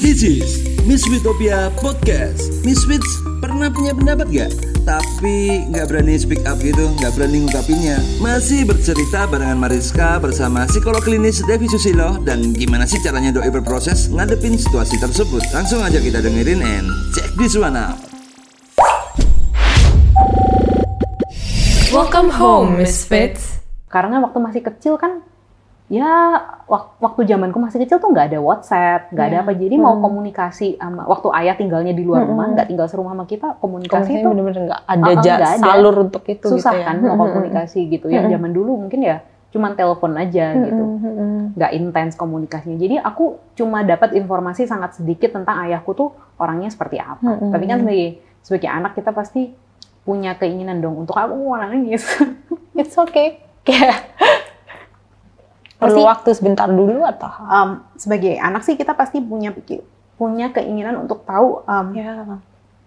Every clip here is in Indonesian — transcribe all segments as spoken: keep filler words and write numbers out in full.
This is Misfitopia Podcast. Misfits pernah punya pendapat gak? Tapi gak berani speak up gitu, gak berani ngungkapinnya. Masih bercerita barengan Mariska bersama psikolog klinis Devi Susilo. Dan gimana sih caranya doi berproses ngadepin situasi tersebut. Langsung aja kita dengerin and check this one out. Welcome home, Misfits. Karena waktu masih kecil kan, ya waktu zamanku masih kecil tuh nggak ada WhatsApp, nggak yeah. ada apa. Jadi hmm. mau komunikasi sama waktu ayah tinggalnya di luar rumah, nggak hmm. tinggal serumah sama kita, komunikasi itu bener-bener nggak ada, uh, ja, ada salur untuk itu. Susah gitu ya. kan mau komunikasi gitu. Yang zaman dulu mungkin ya cuman telepon aja gitu, nggak intens komunikasinya. Jadi aku cuma dapat informasi sangat sedikit tentang ayahku tuh orangnya seperti apa. Hmm. Tapi kan sebagai sebagai anak kita pasti punya keinginan dong untuk aku mau nangis. It's okay. Kayak perlu waktu sebentar dulu atau um, sebagai anak sih kita pasti punya punya keinginan untuk tahu um, yeah.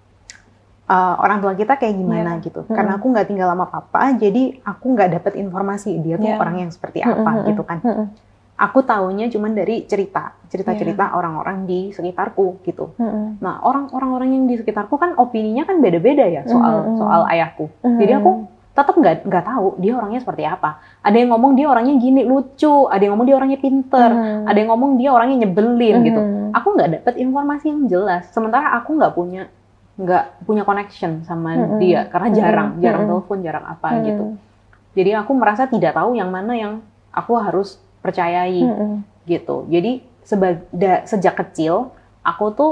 uh, orang tua kita kayak gimana yeah. gitu. Mm-hmm. Karena aku nggak tinggal sama papa, jadi aku nggak dapat informasi dia tuh yeah. orang yang seperti apa mm-hmm. gitu kan. Mm-hmm. Aku taunya cuma dari cerita, cerita-cerita yeah. orang-orang di sekitarku gitu. Mm-hmm. Nah orang-orang yang di sekitarku kan opininya kan beda-beda ya soal mm-hmm. soal ayahku. Mm-hmm. Jadi aku tetap nggak nggak tahu dia orangnya seperti apa. Ada yang ngomong dia orangnya gini lucu, ada yang ngomong dia orangnya pinter, hmm. ada yang ngomong dia orangnya nyebelin hmm. gitu. Aku nggak dapat informasi yang jelas. Sementara aku nggak punya nggak punya connection sama hmm. dia karena jarang hmm. jarang telepon, jarang apa hmm. gitu. Jadi aku merasa tidak tahu yang mana yang aku harus percayai hmm. gitu. Jadi seba- da- sejak kecil aku tuh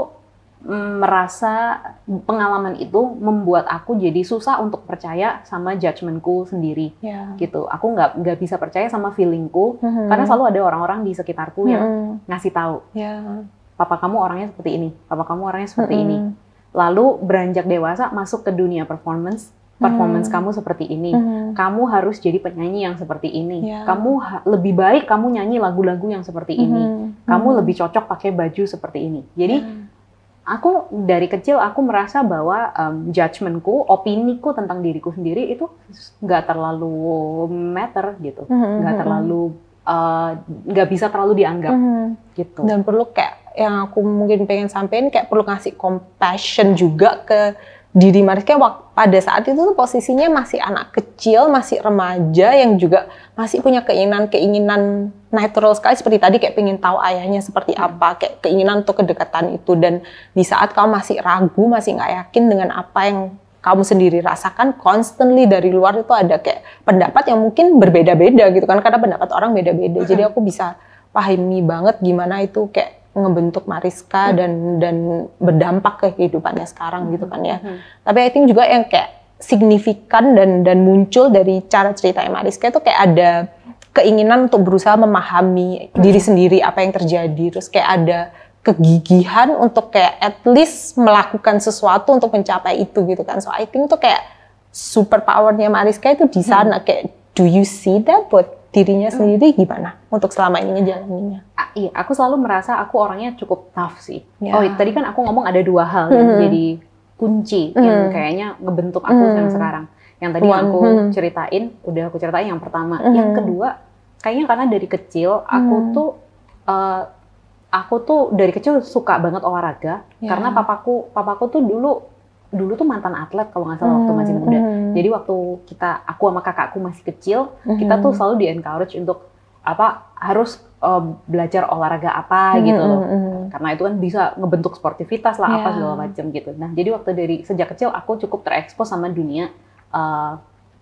merasa pengalaman itu membuat aku jadi susah untuk percaya sama judgementku sendiri, yeah. gitu. Aku nggak nggak bisa percaya sama feelingku mm-hmm. karena selalu ada orang-orang di sekitarku mm-hmm. yang ngasih tahu, yeah. papa kamu orangnya seperti ini, papa kamu orangnya seperti mm-hmm. ini. Lalu beranjak dewasa masuk ke dunia performance, performance mm-hmm. kamu seperti ini, mm-hmm. kamu harus jadi penyanyi yang seperti ini, yeah. kamu ha- lebih baik kamu nyanyi lagu-lagu yang seperti mm-hmm. ini, kamu mm-hmm. lebih cocok pakai baju seperti ini. Jadi yeah. aku dari kecil aku merasa bahwa um, judgementku, opiniku tentang diriku sendiri itu nggak terlalu matter gitu, nggak mm-hmm. terlalu nggak uh, bisa terlalu dianggap mm-hmm. gitu. Dan perlu kayak yang aku mungkin pengen sampein kayak perlu ngasih compassion juga ke diri Mariska pada saat itu tuh posisinya masih anak kecil, masih remaja yang juga masih punya keinginan-keinginan natural sekali seperti tadi kayak pengen tahu ayahnya seperti apa, kayak keinginan untuk kedekatan itu. Dan di saat kamu masih ragu, masih nggak yakin dengan apa yang kamu sendiri rasakan, constantly dari luar itu ada kayak pendapat yang mungkin berbeda-beda gitu kan, karena pendapat orang beda-beda. Jadi aku bisa pahami banget gimana itu kayak ngebentuk Mariska hmm. dan dan berdampak ke kehidupannya sekarang gitu kan ya. Hmm. Tapi I think juga yang kayak signifikan dan dan muncul dari cara cerita Mariska itu kayak ada keinginan untuk berusaha memahami hmm. diri sendiri apa yang terjadi, terus kayak ada kegigihan untuk kayak at least melakukan sesuatu untuk mencapai itu gitu kan. So I think itu kayak super powernya Mariska itu di sana. Hmm. Kayak do you see that buat dirinya sendiri gimana untuk selama ini ngejalaninnya? Ah, iya, aku selalu merasa aku orangnya cukup tough sih. Ya. Oh, tadi kan aku ngomong ada dua hal yang hmm. jadi kunci hmm. yang kayaknya ngebentuk aku hmm. yang sekarang. Yang tadi yang aku hmm. ceritain, udah aku ceritain yang pertama. Hmm. Yang kedua, kayaknya karena dari kecil aku hmm. tuh uh, aku tuh dari kecil suka banget olahraga ya. Karena papaku papaku tuh dulu dulu tuh mantan atlet kalau nggak salah hmm, waktu masih muda. Hmm. Jadi waktu kita, aku sama kakakku masih kecil, hmm. kita tuh selalu di-encourage untuk apa harus uh, belajar olahraga apa hmm, gitu loh. Hmm. Karena itu kan bisa ngebentuk sportivitas lah yeah. apa segala macam gitu. Nah jadi waktu dari sejak kecil aku cukup terekspos sama dunia uh,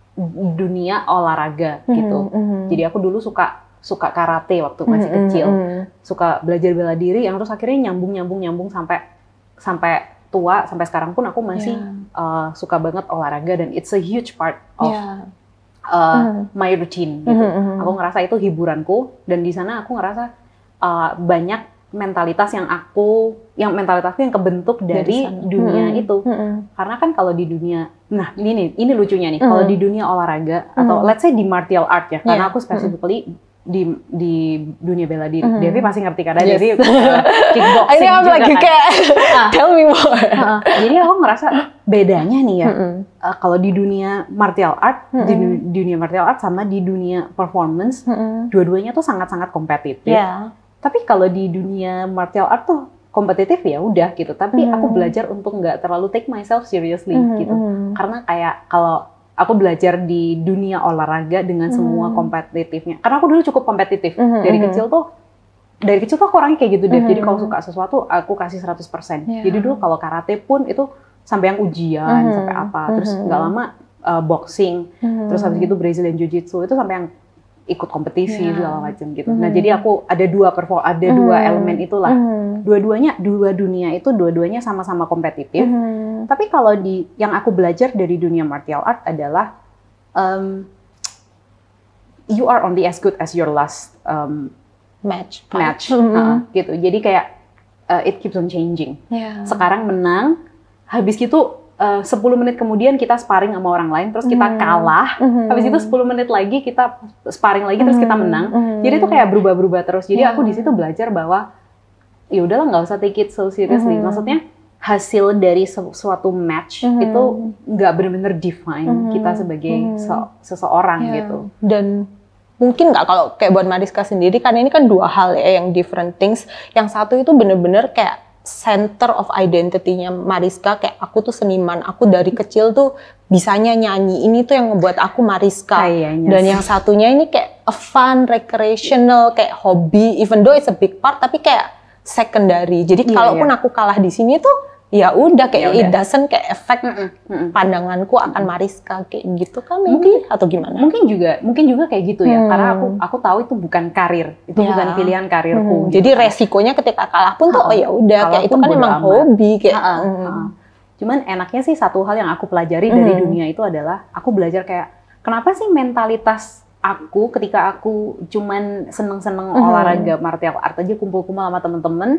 dunia olahraga hmm, gitu. Hmm. Jadi aku dulu suka suka karate waktu masih hmm, kecil, hmm. suka belajar bela diri, yang terus akhirnya nyambung nyambung nyambung sampai sampai tua, sampai sekarang pun aku masih yeah. uh, suka banget olahraga dan it's a huge part of yeah. uh, mm. my routine gitu. Mm-hmm. Aku ngerasa itu hiburanku dan di sana aku ngerasa uh, banyak mentalitas yang aku, yang mentalitasku yang kebentuk dari, dari dunia mm-hmm. itu. Mm-hmm. Karena kan kalau di dunia, nah ini nih, ini lucunya nih, mm-hmm. kalau di dunia olahraga mm-hmm. atau let's say di martial art ya, karena yeah. aku specifically mm-hmm. di di dunia bela diri. Mm-hmm. Devi pasti ngerti karena yes. Devi uh, kickboxing ini juga lagi kan. Kayak, uh, tell me more. Uh, jadi aku ngerasa bedanya nih ya. Mm-hmm. Uh, kalau di dunia martial art, mm-hmm. di dunia martial art sama di dunia performance, mm-hmm. dua-duanya tuh sangat-sangat kompetitif. Yeah. Tapi kalau di dunia martial art tuh kompetitif ya udah gitu. Tapi Mm-hmm. aku belajar untuk nggak terlalu take myself seriously Mm-hmm. gitu. Karena kayak kalau aku belajar di dunia olahraga dengan mm-hmm. semua kompetitifnya. Karena aku dulu cukup kompetitif Mm-hmm. dari kecil tuh. Dari kecil tuh aku orangnya kayak gitu deh. Mm-hmm. Jadi kalau suka sesuatu aku kasih seratus persen. Yeah. Jadi dulu kalau karate pun itu sampai yang ujian, mm-hmm. sampai apa. Terus nggak mm-hmm. lama uh, boxing. Mm-hmm. Terus habis itu Brazilian Jiu-Jitsu itu sampai yang ikut kompetisi yeah. segala macam gitu. Mm-hmm. Nah jadi aku ada dua perform, ada mm-hmm. dua elemen itulah. Mm-hmm. Dua-duanya, dua dunia itu dua-duanya sama-sama kompetitif. Mm-hmm. Tapi kalau di yang aku belajar dari dunia martial art adalah um, you are only as good as your last um, match. Match, mm-hmm. uh, gitu. Jadi kayak uh, it keeps on changing. Yeah. Sekarang menang, habis gitu Uh, sepuluh menit kemudian kita sparring sama orang lain, terus kita kalah, mm-hmm. habis itu sepuluh menit lagi kita sparring lagi, terus kita menang. Mm-hmm. Jadi itu kayak berubah-berubah terus. Jadi yeah. aku di situ belajar bahwa ya udahlah nggak usah take it so seriously. Mm-hmm. Maksudnya hasil dari suatu match mm-hmm. itu nggak benar-benar define mm-hmm. kita sebagai mm-hmm. se- seseorang yeah. gitu. Dan mungkin nggak kalau kayak buat Mariska sendiri, karena ini kan dua hal ya yang different things. Yang satu itu benar-benar kayak center of identity-nya Mariska, kayak aku tuh seniman, aku dari kecil tuh bisanya nyanyi, ini tuh yang ngebuat aku Mariska. Kayaknya dan sih. Yang satunya ini kayak a fun, recreational, kayak hobi, even though it's a big part, tapi kayak secondary. Jadi yeah, kalaupun yeah. aku kalah di sini tuh ya udah kayak it doesn't kayak efek mm-mm, mm-mm. pandanganku akan Mariska kayak gitu kan maybe mungkin, atau gimana? Mungkin juga, mungkin juga kayak gitu ya. Hmm. Karena aku aku tahu itu bukan karir, itu ya. bukan pilihan karirku. Hmm. Gitu. Jadi resikonya ketika kalah pun tuh oh ya udah kayak itu kan emang amat. hobi kayak. Ha-ha, hmm. ha-ha. Cuman enaknya sih satu hal yang aku pelajari hmm. dari dunia itu adalah aku belajar kayak kenapa sih mentalitas aku ketika aku cuman seneng-seneng hmm. olahraga martial art aja kumpul-kumpul sama temen-temen.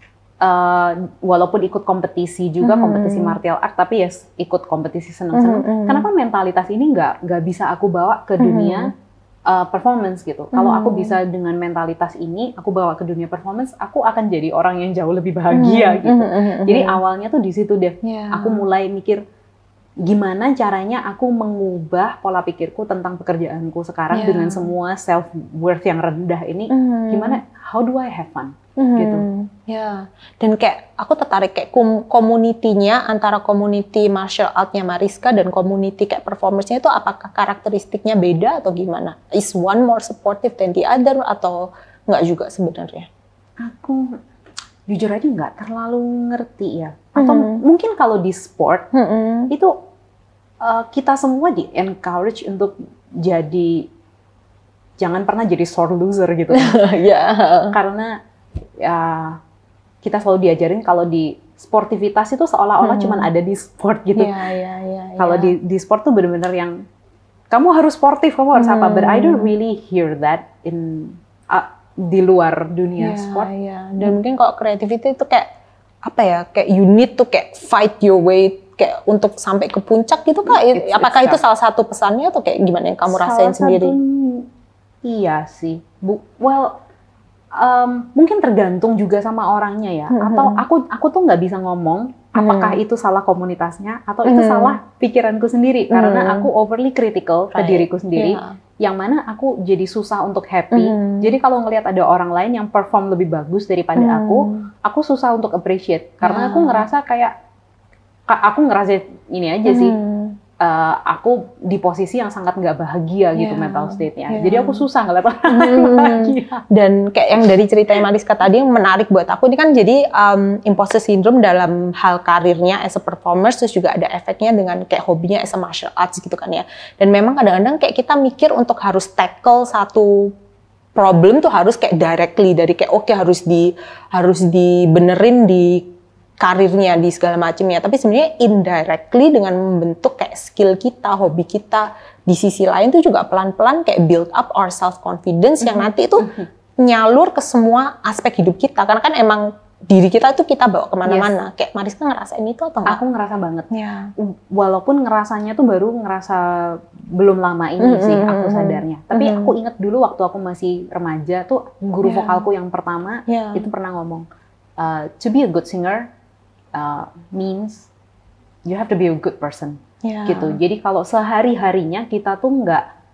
Uh, walaupun ikut kompetisi juga, mm-hmm. kompetisi martial art, tapi ya ikut kompetisi seneng-seneng. Mm-hmm. Kenapa mentalitas ini nggak nggak bisa aku bawa ke dunia mm-hmm. uh, performance gitu? Mm-hmm. Kalau aku bisa dengan mentalitas ini, aku bawa ke dunia performance, aku akan jadi orang yang jauh lebih bahagia mm-hmm. gitu. Mm-hmm. Jadi awalnya tuh di situ deh, yeah. aku mulai mikir gimana caranya aku mengubah pola pikirku tentang pekerjaanku sekarang yeah. dengan semua self worth yang rendah ini. Mm-hmm. Gimana? How do I have fun? Hmm, gitu. Ya, dan kayak aku tertarik kayak community-nya antara community martial art-nya Mariska dan community kayak performance-nya itu apakah karakteristiknya beda atau gimana? Is one more supportive than the other atau nggak juga sebenarnya? Aku jujur aja nggak terlalu ngerti ya. Atau hmm. mungkin kalau di sport hmm. itu uh, kita semua di encourage untuk jadi jangan pernah jadi sore loser gitu. Ya. Karena ya kita selalu diajarin kalau di sportivitas itu seolah-olah hmm. cuma ada di sport gitu. Ya, ya, ya, kalau ya. di di sport tuh benar-benar yang kamu harus sportif, kamu harus hmm. apa. But I don't really hear that in uh, di luar dunia ya, sport. Ya. Dan hmm. mungkin kalau creativity itu kayak apa ya? Kayak you need to kayak fight your way kayak untuk sampai ke puncak gitu Kak. It's, Apakah it's itu tough. Salah satu pesannya atau kayak gimana yang kamu salah rasain satu, sendiri? Iya sih. Bu, well Um, mungkin tergantung juga sama orangnya ya. Mm-hmm. Atau aku aku tuh nggak bisa ngomong apakah mm-hmm. itu salah komunitasnya atau mm-hmm. itu salah pikiranku sendiri. Mm-hmm. Karena aku overly critical right. ke diriku sendiri. Yeah. Yang mana aku jadi susah untuk happy. Mm-hmm. Jadi kalau ngelihat ada orang lain yang perform lebih bagus daripada mm-hmm. aku, aku susah untuk appreciate. Karena yeah. aku ngerasa kayak aku ngerasa ini aja mm-hmm. sih. Uh, aku di posisi yang sangat nggak bahagia gitu yeah. mental state-nya. Yeah. Jadi aku susah ngeliat orang lain hmm. bahagia. Dan kayak yang dari ceritanya Mariska tadi yang menarik buat aku ini kan jadi um, imposter syndrome dalam hal karirnya as a performer, terus juga ada efeknya dengan kayak hobinya as a martial arts gitu kan ya. Dan memang kadang-kadang kayak kita mikir untuk harus tackle satu problem tuh harus kayak directly dari kayak oke okay, harus di harus dibenerin di karirnya di segala macamnya, tapi sebenarnya indirectly dengan membentuk kayak skill kita, hobi kita di sisi lain tuh juga pelan-pelan kayak build up our self confidence mm-hmm. yang nanti itu mm-hmm. nyalur ke semua aspek hidup kita, karena kan emang diri kita tuh kita bawa kemana-mana. Yes. Kayak Mariska ngerasain itu atau enggak? Aku ngerasa banget. Ya. Walaupun ngerasanya tuh baru ngerasa belum lama ini mm-hmm. sih aku sadarnya. Tapi mm-hmm. aku ingat dulu waktu aku masih remaja tuh guru yeah. vokalku yang pertama yeah. itu pernah ngomong uh, to be a good singer Uh, means you have to be a good person, yeah. gitu. Jadi kalau sehari-harinya kita tuh nggak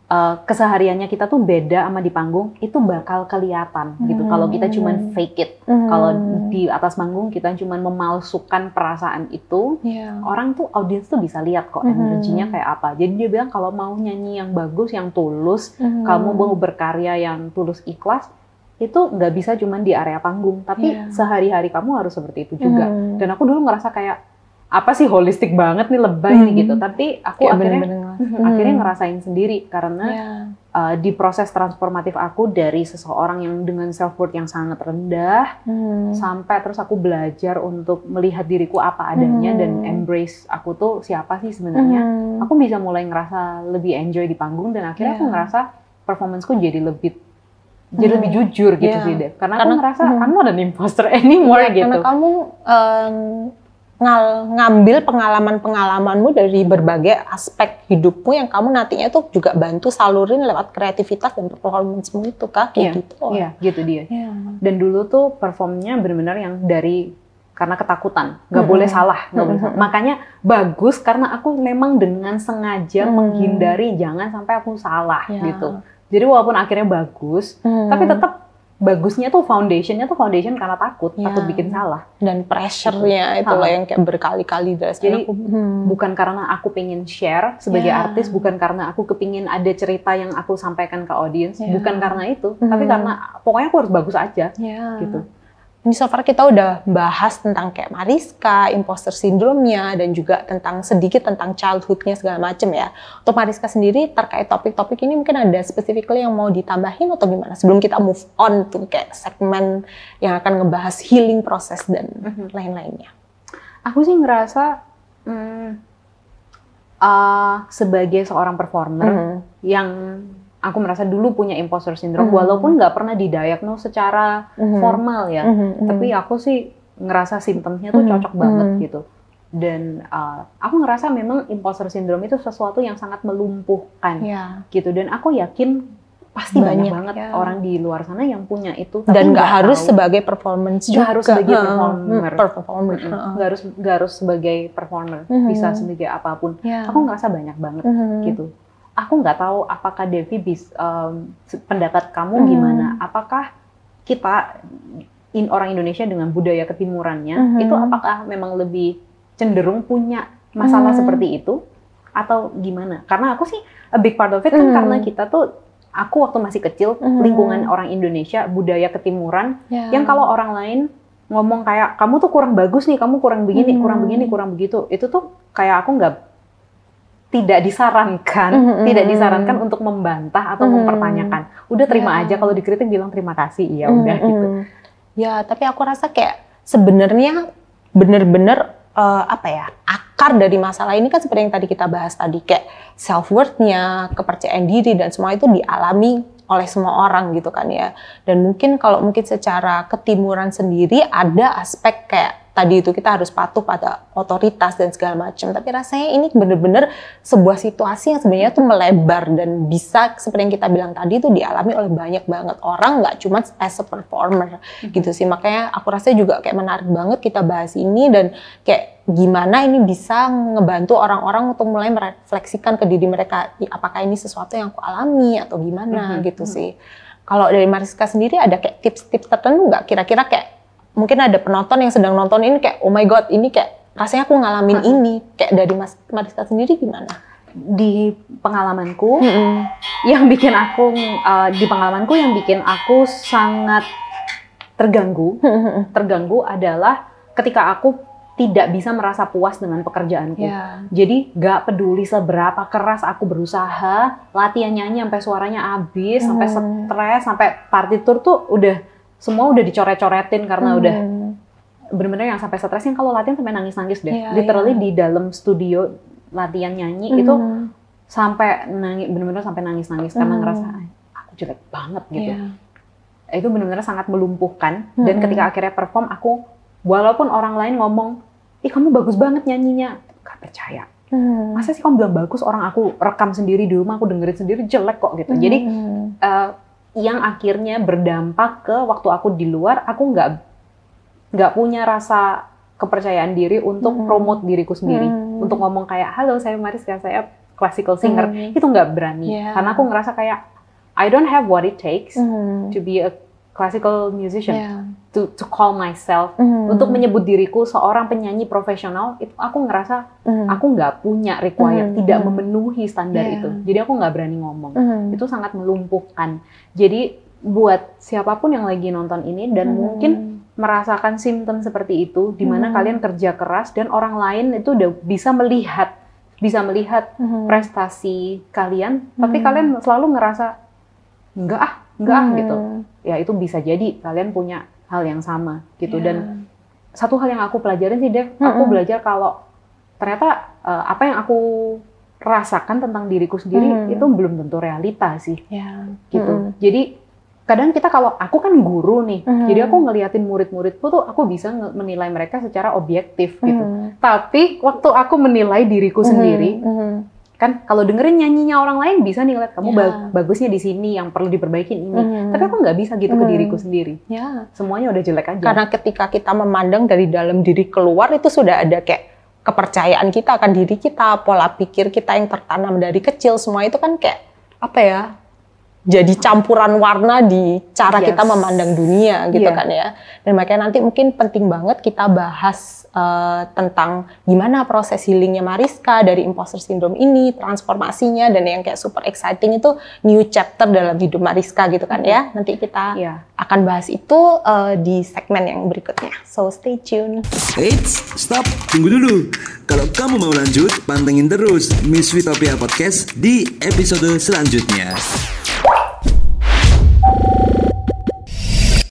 Uh, kesehariannya kita tuh beda sama di panggung, itu bakal kelihatan gitu. Hmm. Kalau kita cuman fake it, hmm. kalau di atas panggung kita cuman memalsukan perasaan itu, yeah. orang tuh audiens tuh bisa lihat kok hmm. energinya kayak apa. Jadi dia bilang kalau mau nyanyi yang bagus, yang tulus, hmm. kamu mau berkarya yang tulus ikhlas, itu nggak bisa cuman di area panggung, tapi yeah. sehari-hari kamu harus seperti itu juga. Hmm. Dan aku dulu ngerasa kayak apa sih holistik banget nih, lebay hmm. nih gitu. Tapi aku ya, akhirnya bener-bener. Hmm. akhirnya ngerasain sendiri karena yeah. uh, di proses transformatif aku dari seseorang yang dengan self worth yang sangat rendah hmm. sampai terus aku belajar untuk melihat diriku apa adanya hmm. dan embrace aku tuh siapa sih sebenarnya. Hmm. Aku bisa mulai ngerasa lebih enjoy di panggung dan akhirnya yeah. aku ngerasa performanceku jadi lebih jadi hmm. lebih jujur gitu yeah. sih, Dev. Karena, karena aku ngerasa hmm. I'm not an imposter anymore yeah, gitu. Karena kamu um, Ngal, ngambil pengalaman-pengalamanmu dari berbagai aspek hidupmu yang kamu nantinya tuh juga bantu salurin lewat kreativitas dan performance-mu itu, Kak, kayak yeah, gitu. Iya, yeah, gitu dia. Yeah. Dan dulu tuh performnya benar-benar yang dari karena ketakutan, nggak mm-hmm. boleh salah, nggak mm-hmm. boleh salah. Makanya bagus karena aku memang dengan sengaja mm. menghindari jangan sampai aku salah yeah. gitu. Jadi walaupun akhirnya bagus, mm. tapi tetap bagusnya tuh foundationnya tuh foundation karena takut, ya. takut bikin salah. Dan pressure-nya itu loh yang kayak berkali-kali dari Jadi aku, hmm. bukan karena aku pengen share sebagai ya. artis, bukan karena aku kepingin ada cerita yang aku sampaikan ke audiens, ya. bukan karena itu, hmm. tapi karena pokoknya aku harus bagus aja, ya. gitu. Ini so far kita udah bahas tentang kayak Mariska, imposter syndrome-nya, dan juga tentang sedikit tentang childhood-nya segala macem ya. Untuk Mariska sendiri terkait topik-topik ini mungkin ada specifically yang mau ditambahin atau gimana? Sebelum kita move on tuh kayak segmen yang akan ngebahas healing proses dan mm-hmm. lain-lainnya. Aku sih ngerasa hmm, uh, sebagai seorang performer mm-hmm. yang aku merasa dulu punya imposter syndrome, mm-hmm. walaupun nggak pernah didiagnos secara mm-hmm. formal ya, mm-hmm. tapi aku sih ngerasa simptomnya tuh cocok mm-hmm. banget gitu. Dan uh, aku ngerasa memang imposter syndrome itu sesuatu yang sangat melumpuhkan, yeah. gitu. Dan aku yakin pasti banyak, banyak banget ya. orang di luar sana yang punya itu. Tapi dan nggak harus tahu. sebagai performance juga. Nggak harus sebagai performer. Uh, performer. Nggak uh-uh. harus nggak harus sebagai performer, mm-hmm. bisa sebagai apapun. Yeah. Aku ngerasa banyak banget mm-hmm. gitu. Aku nggak tahu apakah Devi bis um, pendapat kamu mm-hmm. gimana? Apakah kita in, orang Indonesia dengan budaya ketimurannya mm-hmm. itu apakah memang lebih cenderung punya masalah mm-hmm. seperti itu atau gimana? Karena aku sih a big part of it mm-hmm. kan karena kita tuh aku waktu masih kecil mm-hmm. lingkungan orang Indonesia budaya ketimuran yeah. yang kalau orang lain ngomong kayak kamu tuh kurang bagus nih, kamu kurang begini, mm-hmm. kurang begini, kurang begitu, itu tuh kayak aku nggak tidak disarankan, mm-hmm. tidak disarankan untuk membantah atau mm-hmm. mempertanyakan. Udah terima yeah. aja, kalau dikritik bilang terima kasih, ya udah mm-hmm. gitu. Ya, tapi aku rasa kayak sebenarnya bener-bener uh, apa ya, akar dari masalah ini kan seperti yang tadi kita bahas tadi, kayak self-worth-nya, kepercayaan diri, dan semua itu dialami oleh semua orang gitu kan ya. Dan mungkin kalau mungkin secara ketimuran sendiri ada aspek kayak tadi itu kita harus patuh pada otoritas dan segala macam. Tapi rasanya ini benar-benar sebuah situasi yang sebenarnya tuh melebar dan bisa seperti yang kita bilang tadi tuh dialami oleh banyak banget orang, nggak cuma as a performer mm-hmm. gitu sih. Makanya aku rasa juga kayak menarik banget kita bahas ini dan kayak gimana ini bisa ngebantu orang-orang untuk mulai merefleksikan ke diri mereka, apakah ini sesuatu yang aku alami atau gimana mm-hmm. gitu mm-hmm. sih. Kalau dari Mariska sendiri ada kayak tips-tips tertentu nggak kira-kira kayak mungkin ada penonton yang sedang nonton ini kayak, oh my god, ini kayak rasanya aku ngalamin hmm. ini. Kayak dari Mas Mariska sendiri gimana? Di pengalamanku, mm-hmm. yang bikin aku, uh, di pengalamanku yang bikin aku sangat terganggu, mm-hmm. terganggu adalah ketika aku tidak bisa merasa puas dengan pekerjaanku. Yeah. Jadi gak peduli seberapa keras aku berusaha, latihan nyanyi sampai suaranya habis, mm-hmm. sampai stres, sampai partitur tuh udah semua udah dicoret-coretin karena hmm. udah bener-bener yang sampai stres yang kalau latihan sampai nangis-nangis deh. Yeah, literally yeah. di dalam studio latihan nyanyi hmm. itu sampai nangis, bener-bener sampai nangis-nangis hmm. karena ngerasa aku jelek banget gitu. Yeah. Itu bener-bener sangat melumpuhkan hmm. dan ketika akhirnya perform aku walaupun orang lain ngomong, "Ih, kamu bagus banget nyanyinya." Gak percaya. Hmm. Masa sih kamu bilang bagus, orang aku rekam sendiri di rumah, aku dengerin sendiri jelek kok gitu. Hmm. Jadi uh, yang akhirnya berdampak ke waktu aku di luar, aku nggak nggak punya rasa kepercayaan diri untuk mm-hmm. promote diriku sendiri, mm-hmm. untuk ngomong kayak, halo saya Mariska, saya classical singer, mm. itu nggak berani. Yeah. Karena aku ngerasa kayak I don't have what it takes mm. to be a classical musician, yeah. to to call myself, mm. untuk menyebut diriku seorang penyanyi profesional, itu aku ngerasa mm. aku nggak punya required, mm. tidak memenuhi standar yeah. itu. Jadi aku nggak berani ngomong. Mm. Itu sangat melumpuhkan. Jadi buat siapapun yang lagi nonton ini dan mm. mungkin merasakan simptom seperti itu, di mana mm. kalian kerja keras dan orang lain itu udah bisa melihat, bisa melihat mm. prestasi kalian, mm. tapi kalian selalu ngerasa enggak ah, enggak ah hmm. gitu. Ya itu bisa jadi kalian punya hal yang sama gitu. Yeah. Dan satu hal yang aku pelajarin sih, Dev, hmm. aku belajar kalau ternyata uh, apa yang aku rasakan tentang diriku sendiri hmm. itu belum tentu realita sih. Yeah. Gitu. Hmm. Jadi kadang kita kalau aku kan guru nih, hmm. jadi aku ngeliatin murid-muridku tuh aku bisa menilai mereka secara objektif gitu. Hmm. Tapi waktu aku menilai diriku hmm. sendiri, hmm. kan kalau dengerin nyanyinya orang lain bisa nih lihat kamu yeah. bagusnya di sini, yang perlu diperbaikin ini. Mm. Tapi aku nggak bisa gitu mm. ke diriku sendiri. Yeah. Semuanya udah jelek aja. Karena ketika kita memandang dari dalam diri keluar, itu sudah ada kayak kepercayaan kita akan diri kita, pola pikir kita yang tertanam dari kecil, semua itu kan kayak apa ya? Jadi campuran warna di cara yes. kita memandang dunia gitu yeah. kan ya. Dan makanya nanti mungkin penting banget kita bahas uh, tentang gimana proses healingnya Mariska dari imposter syndrome ini, transformasinya, dan yang kayak super exciting itu new chapter dalam hidup Mariska gitu kan ya. Nanti kita yeah. akan bahas itu uh, di segmen yang berikutnya. So stay tune. Eits, stop, tunggu dulu. Kalau kamu mau lanjut, pantengin terus Miss Witopia Podcast di episode selanjutnya.